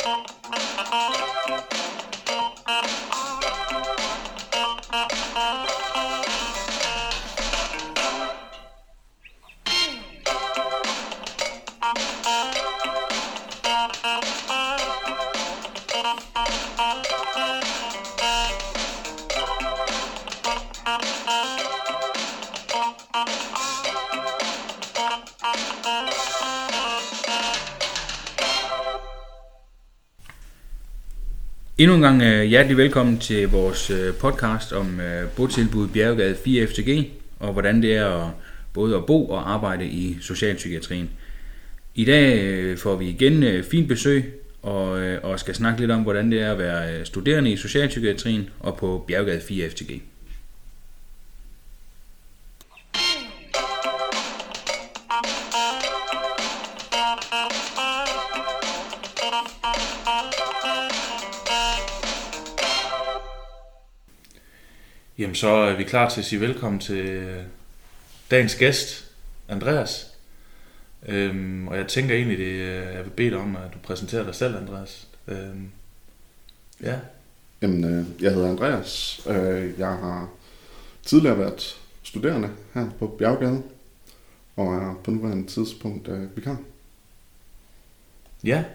Endnu en gang hjertelig velkommen til vores podcast om botilbuddet Bjerregade 4 FTG, og hvordan det er både at bo og arbejde i socialpsykiatrien. I dag får vi igen fint besøg og skal snakke lidt om, hvordan det er at være studerende i socialpsykiatrien og på Bjerregade 4 FTG. Jamen, så er vi klar til at sige velkommen til dagens gæst, Andreas. Og jeg tænker egentlig, jeg vil bede dig om, at du præsenterer dig selv, Andreas. Ja. Jamen, jeg hedder Andreas. Jeg har tidligere været studerende her på Bjerggade, og er på nuværende tidspunkt vikar. Ja.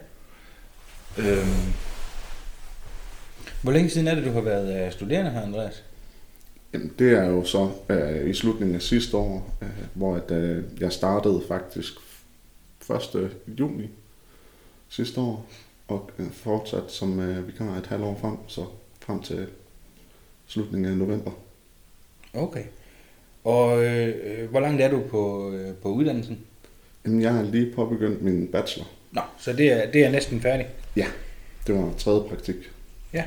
Hvor længe siden er det, du har været studerende her, Andreas? Jamen, det er jo så i slutningen af sidste år, hvor jeg startede faktisk 1. juni sidste år, og fortsat som vikar et halvt år frem, så frem til slutningen af november. Okay. Og hvor langt er du på uddannelsen? Jamen, jeg har lige påbegyndt min bachelor. Nå, så det er næsten færdigt? Ja, det var 3. praktik. Ja.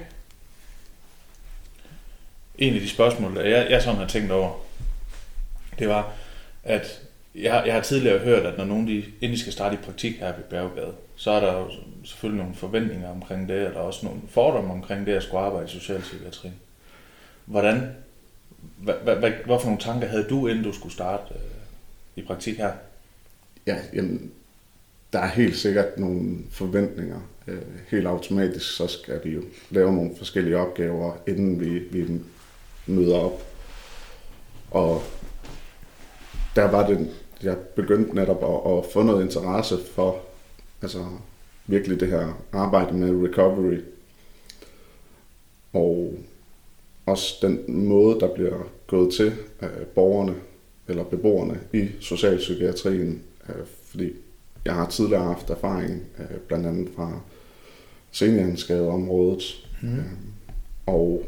En af de spørgsmål, jeg sådan har tænkt over, det var, at jeg har tidligere hørt, at når nogen inden de skal starte i praktik her ved Bjerggade, så er der jo selvfølgelig nogle forventninger omkring det, og der er også nogle fordomme omkring det at skulle arbejde i socialpsykiatrien. Hvad for nogle tanker havde du, inden du skulle starte i praktik her? Ja, jamen, der er helt sikkert nogle forventninger. Helt automatisk, så skal vi jo lave nogle forskellige opgaver, inden vi møder op. Og der var det, jeg begyndte netop at få noget interesse for, altså virkelig det her arbejde med recovery. Og også den måde, der bliver gået til borgerne eller beboerne i socialpsykiatrien, fordi jeg har tidligere haft erfaring, blandt andet fra seniorskadeområdet, og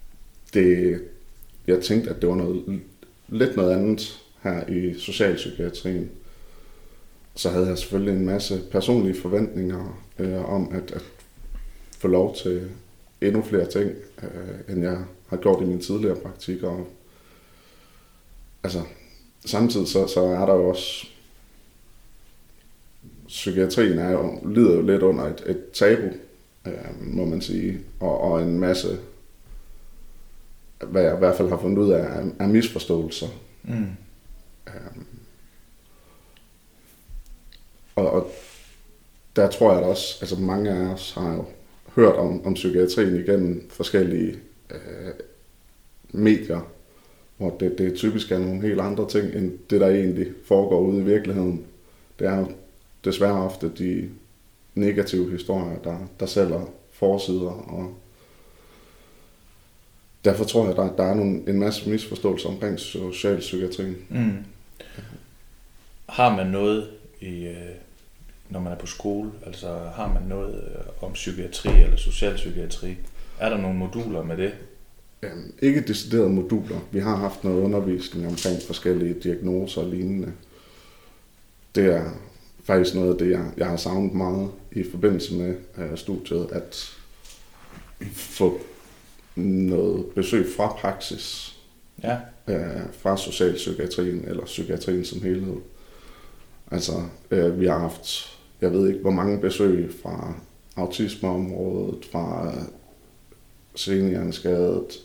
jeg tænkte, at det var lidt noget andet her i socialpsykiatrien. Så havde jeg selvfølgelig en masse personlige forventninger om at få lov til endnu flere ting, end jeg har gjort i mine tidligere praktikker. Og, altså, samtidig så er der jo også psykiatrien lider jo lidt under et tabu, må man sige, og en masse, hvad jeg i hvert fald har fundet ud af, er misforståelser. Og der tror jeg da også, altså mange af os har jo hørt om psykiatrien igennem forskellige medier, hvor det typisk er nogle helt andre ting, end det der egentlig foregår ude i virkeligheden. Det er jo desværre ofte de negative historier, der sælger forsider, og derfor tror jeg, der er en masse misforståelser omkring socialpsykiatrien. Har man noget når man er på skole, altså har man noget om psykiatri eller socialpsykiatri? Er der nogle moduler med det? Ikke deciderede moduler. Vi har haft noget undervisning omkring forskellige diagnoser og lignende. Det er faktisk noget af det, jeg har savnet meget i forbindelse med studiet, at få noget besøg fra praksis, fra socialpsykiatrien eller psykiatrien som helhed. Altså, vi har haft, jeg ved ikke hvor mange besøg fra autismeområdet, fra seniorskadet,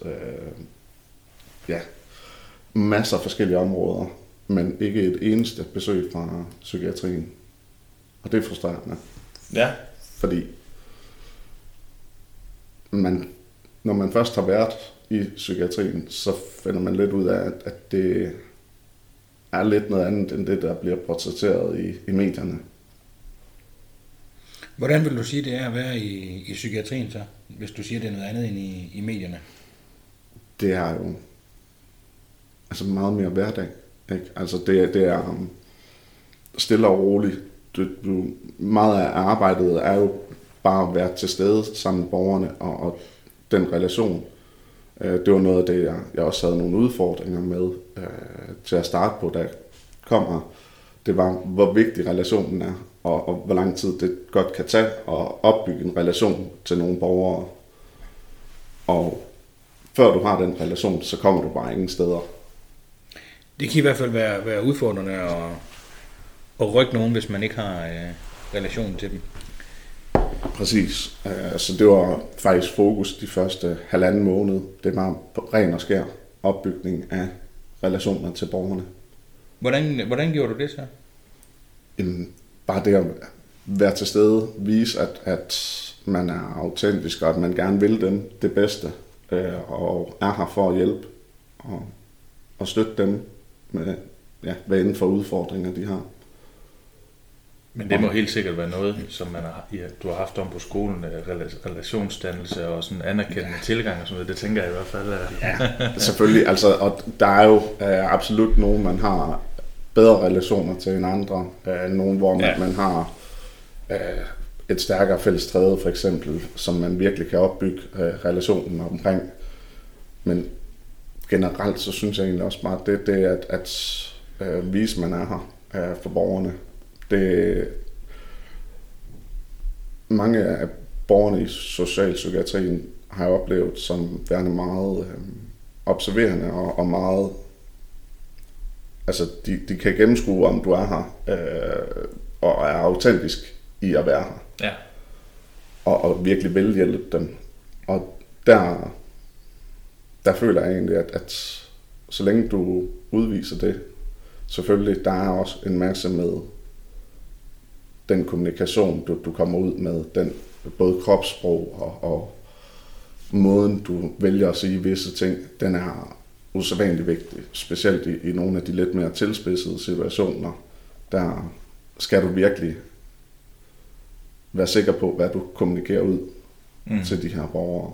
masser af forskellige områder, men ikke et eneste besøg fra psykiatrien. Og det er frustrerende. Ja. Fordi når man først har været i psykiatrien, så finder man lidt ud af, at det er lidt noget andet, end det, der bliver portrætteret i medierne. Hvordan vil du sige, det er at være i psykiatrien så, hvis du siger, det er noget andet end i medierne? Det er jo altså meget mere hverdag. Ikke? Altså det er stille og roligt. Meget af arbejdet er jo bare at være til stede sammen med borgerne og den relation. Det var noget af det, jeg også havde nogle udfordringer med til at starte på, da jeg kom her. Det var, hvor vigtig relationen er, og hvor lang tid det godt kan tage at opbygge en relation til nogle borgere. Og før du har den relation, så kommer du bare ingen steder. Det kan i hvert fald være udfordrende at rykke nogen, hvis man ikke har relation til dem. Præcis. Så det var faktisk fokus de første 1,5 måned. Det var på ren og skær opbygning af relationer til borgerne. Hvordan gjorde du det så? Jamen, bare det at være til stede, vise at man er autentisk, og at man gerne vil dem det bedste, og er her for at hjælpe og støtte dem med, hvad inden for udfordringer de har. Men det må helt sikkert være noget, som du har haft om på skolen, relationsdannelse og sådan anerkendende tilgang og sådan noget. Det tænker jeg i hvert fald. Ja, selvfølgelig. Altså, og der er jo absolut nogen, man har bedre relationer til end andre. Nogen, hvor man har et stærkere fælles træde, for eksempel, som man virkelig kan opbygge relationen omkring. Men generelt, så synes jeg egentlig også bare, det er at vise, man er her for borgerne. Mange af borgerne i socialpsykiatrien har jeg oplevet som værende meget observerende og meget, altså de kan gennemskue, om du er her og er autentisk i at være her. Ja. Og virkelig vil hjælpe dem. Og der føler jeg egentlig, at så længe du udviser det, selvfølgelig, der er også en masse med den kommunikation, du kommer ud med, den både kropssprog og måden, du vælger at sige visse ting, den er usædvanligt vigtig. Specielt i nogle af de lidt mere tilspidsede situationer, der skal du virkelig være sikker på, hvad du kommunikerer ud til de her borgere.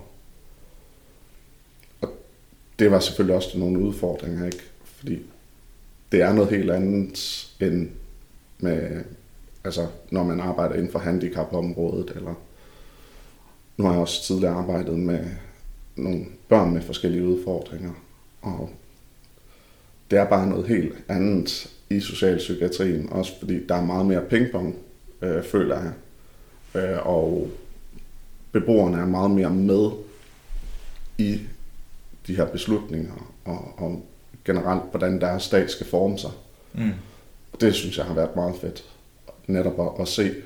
Og det var selvfølgelig også nogle udfordringer, ikke? Fordi det er noget helt andet end med, altså når man arbejder inden for handicapområdet, eller nu har jeg også tidligere arbejdet med nogle børn med forskellige udfordringer, og det er bare noget helt andet i socialpsykiatrien, også fordi der er meget mere pingpong, føler jeg, og beboerne er meget mere med i de her beslutninger, og generelt, hvordan deres stat skal forme sig. Og det synes jeg har været meget fedt. Netop at se,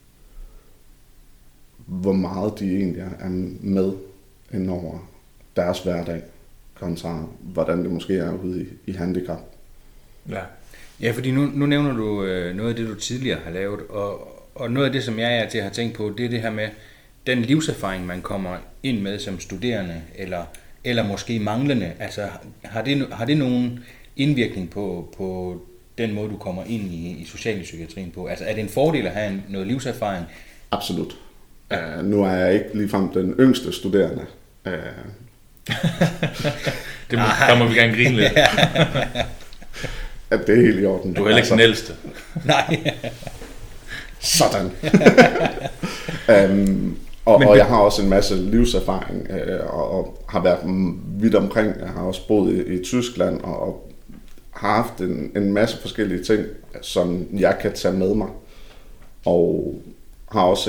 hvor meget de egentlig er med ind over deres hverdag, kontra hvordan det måske er ude i handicap. Ja, fordi nu nævner du noget af det, du tidligere har lavet, og noget af det, som jeg har tænkt på, det er det her med den livserfaring, man kommer ind med som studerende, eller måske manglende. Altså, har det nogen indvirkning på den måde, du kommer ind i socialpsykiatrien på? Altså, er det en fordel at have noget livserfaring? Absolut. Nu er jeg ikke ligefrem den yngste studerende. Der må vi gerne grine lidt. At det er helt i orden. Du er heller ikke den ældste. Nej. Sådan. Og jeg har også en masse livserfaring, og har været vidt omkring. Jeg har også boet i Tyskland, og har haft en masse forskellige ting, som jeg kan tage med mig. Og har også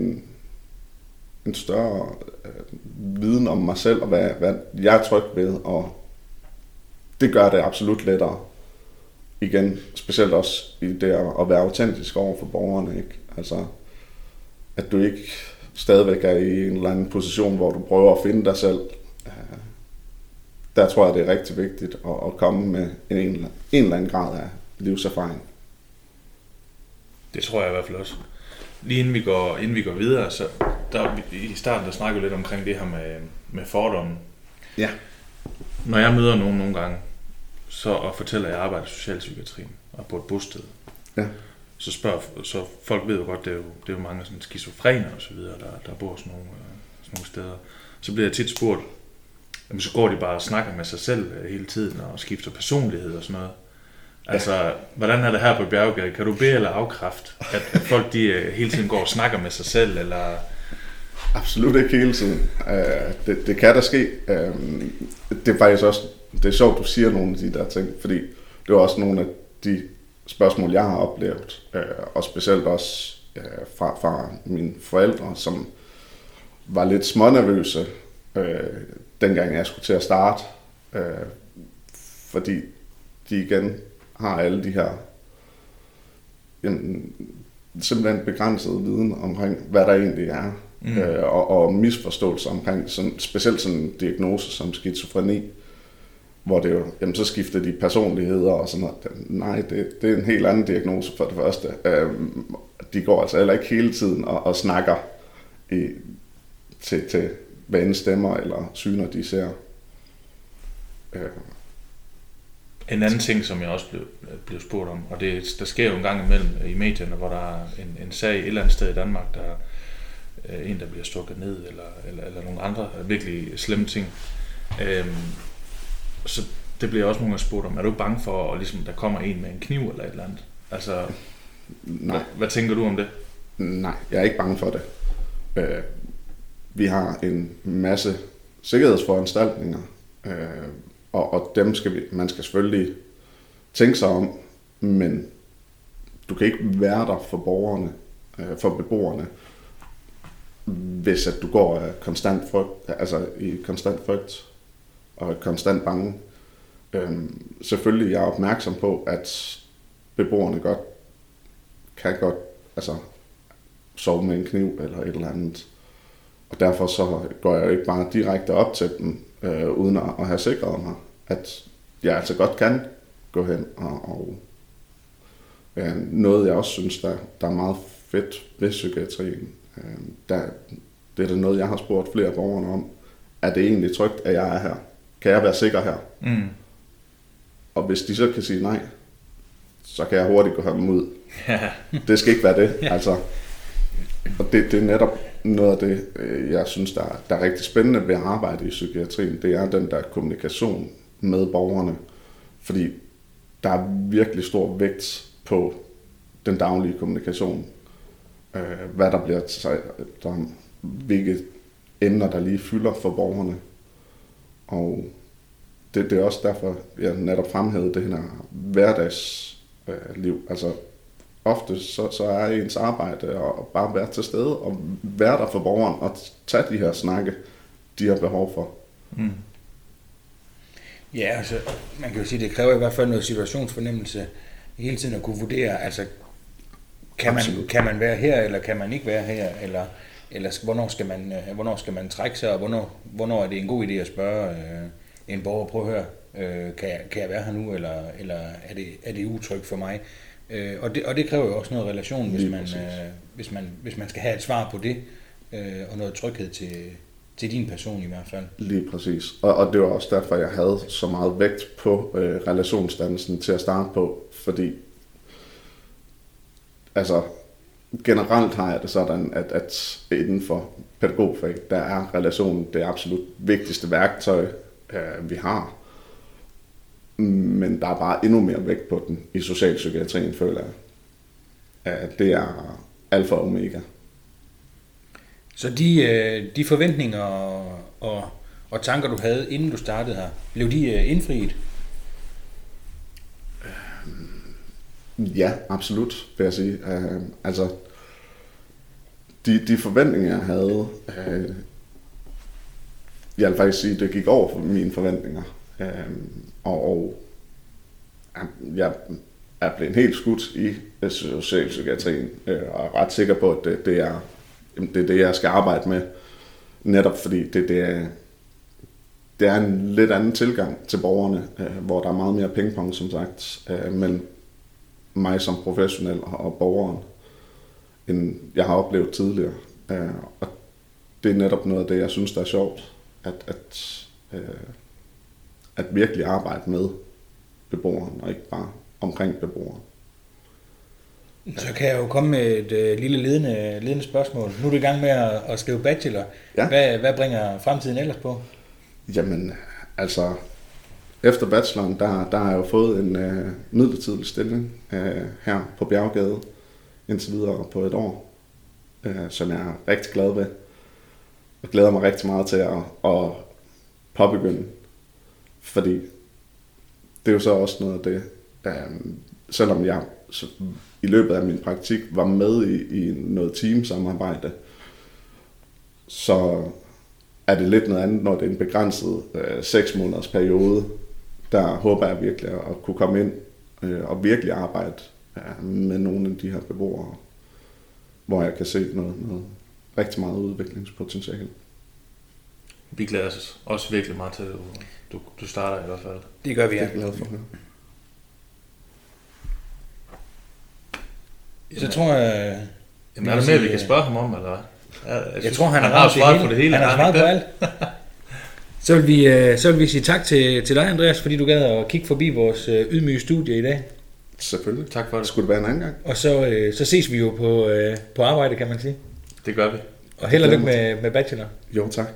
en større viden om mig selv, og hvad jeg er tryg ved, og det gør det absolut lettere. Igen, specielt også i det at være autentisk over for borgerne, ikke? Altså, at du ikke stadigvæk er i en eller anden position, hvor du prøver at finde dig selv. Der tror jeg, det er rigtig vigtigt at komme med en eller anden grad af livserfaring. Det tror jeg i hvert fald også. Lige inden vi går videre, så i starten der snakkede lidt omkring det her med fordomme. Ja. Når jeg møder nogen nogle gange, og fortæller, at jeg arbejder i socialpsykiatrien og på et bosted, ja. Så folk ved jo godt, det er jo mange sådan skizofrener og så videre, der bor sådan nogle steder. Så bliver jeg tit spurgt, jamen, så går de bare og snakker med sig selv hele tiden og skifter personlighed og sådan noget. Altså, hvordan er det her på Bjerggade? Kan du bede eller afkræfte, at folk de hele tiden går og snakker med sig selv, eller... Absolut ikke hele tiden. Det kan der ske. Det er faktisk også, det er sjovt, du siger nogle af de der ting, fordi det var også nogle af de spørgsmål, jeg har oplevet, og specielt også fra mine forældre, som var lidt smånervøse, dengang jeg skulle til at starte, fordi de igen har alle de her simpelthen begrænsede viden omkring, hvad der egentlig er, og misforståelser omkring specielt sådan en diagnose som skizofreni, hvor det jo, jamen så skifter de personligheder og sådan noget. Nej, det er en helt anden diagnose for det første. De går altså heller ikke hele tiden og snakker til hvad end stemmer eller syner de ser. En anden ting, som jeg også blev spurgt om, og der sker jo en gang imellem i medierne, hvor der er en sag et eller andet sted i Danmark, der er en, der bliver stukket ned, eller nogle andre virkelig slemme ting. Så det bliver også nogle gange spurgt om, er du bange for, at ligesom, der kommer en med en kniv eller et eller andet? Altså, nej. Hvad tænker du om det? Nej, jeg er ikke bange for det. Vi har en masse sikkerhedsforanstaltninger, og dem man skal selvfølgelig tænke sig om, men du kan ikke være der for borgerne, for beboerne, hvis at du går af konstant frygt, altså i konstant frygt og konstant bange. Selvfølgelig er jeg opmærksom på, at beboerne kan godt sove med en kniv eller et eller andet. Og derfor så går jeg jo ikke bare direkte op til dem, uden at have sikret mig, at jeg altså godt kan gå hen og noget jeg også synes, der er meget fedt ved psykiatrien. Det er noget, jeg har spurgt flere borgere om. Er det egentlig trygt, at jeg er her? Kan jeg være sikker her? Mm. Og hvis de så kan sige nej, så kan jeg hurtigt gå ham ud. Det skal ikke være det. Altså. Og det er netop noget af det, jeg synes, der er rigtig spændende ved at arbejde i psykiatrien. Det er den der kommunikation med borgerne. Fordi der er virkelig stor vægt på den daglige kommunikation. Hvad der bliver hvilke emner, der lige fylder for borgerne. Og det er også derfor, jeg netop fremhævede det her hverdagsliv. Altså ofte så er ens arbejde at bare være til stede og være der for borgeren og tage de her snakke, de har behov for. Mm. Ja, altså man kan jo sige, det kræver i hvert fald noget situationsfornemmelse hele tiden at kunne vurdere, altså kan man være her, eller kan man ikke være her, eller hvornår skal man trække sig, og hvornår er det en god idé at spørge en borger, prøv at høre, kan jeg være her nu, eller er det utrygt for mig? Og det kræver jo også noget relation, hvis man skal have et svar på det, og noget tryghed til din person i hvert fald. Lige præcis. Og det var også derfor, jeg havde så meget vægt på relationsdannelsen til at starte på, fordi altså generelt har jeg det sådan, at inden for pædagogfag, der er relationen det absolut vigtigste værktøj, vi har. Men der er bare endnu mere vægt på den i socialpsykiatrien, føler jeg. Det er alfa og omega. Så de forventninger og tanker, du havde, inden du startede her, blev de indfriet? Ja, absolut, vil jeg sige. Altså, de forventninger, jeg havde, jeg vil faktisk sige, det gik over for mine forventninger. Og jeg er blevet helt skudt i socialpsykiatrien, og er ret sikker på, at det er det, jeg skal arbejde med. Netop fordi det er en lidt anden tilgang til borgerne, hvor der er meget mere pingpong, som sagt, mellem mig som professionel og borgeren, end jeg har oplevet tidligere. Og det er netop noget af det, jeg synes, der er sjovt. At virkelig arbejde med beboeren, og ikke bare omkring beboeren. Så kan jeg jo komme med et lille ledende spørgsmål. Nu er du i gang med at skrive bachelor. Ja. Hvad bringer fremtiden ellers på? Jamen, altså, efter bacheloren, der har jeg jo fået en midlertidig stilling her på Bjerggade, indtil videre på et år, som jeg er rigtig glad ved. Og glæder mig rigtig meget til at påbegynde. Fordi det er jo så også noget af det, selvom jeg i løbet af min praktik var med i noget teamsamarbejde, så er det lidt noget andet, når det er en begrænset 6 måneders periode. Der håber jeg virkelig at kunne komme ind og virkelig arbejde med nogle af de her beboere, hvor jeg kan se noget rigtig meget udviklingspotentiale. Vi glæder os også virkelig meget til, at du starter i hvert fald. Det gør vi, ja. Det er glad for. Så tror jeg... Jamen, er der mere, vi kan spørge ham om, eller hvad? Jeg tror, han har svaret på det hele. Han har svaret på alt. Så vil vi sige tak til dig, Andreas, fordi du gad at kigge forbi vores ydmyge studie i dag. Selvfølgelig. Tak for det. Skulle det være en anden gang. Og så ses vi jo på arbejde, kan man sige. Det gør vi. Og held og lykke med bachelor. Jo, tak.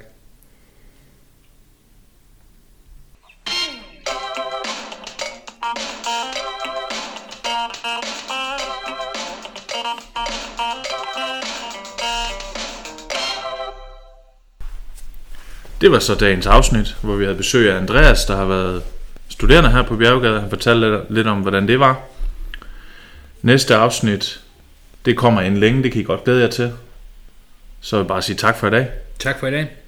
Det var så dagens afsnit, hvor vi havde besøg af Andreas, der har været studerende her på Bjerggade. Han fortalte lidt om, hvordan det var. Næste afsnit, det kommer inden længe, det kan I godt glæde jer til. Så vil jeg bare sige tak for i dag. Tak for i dag.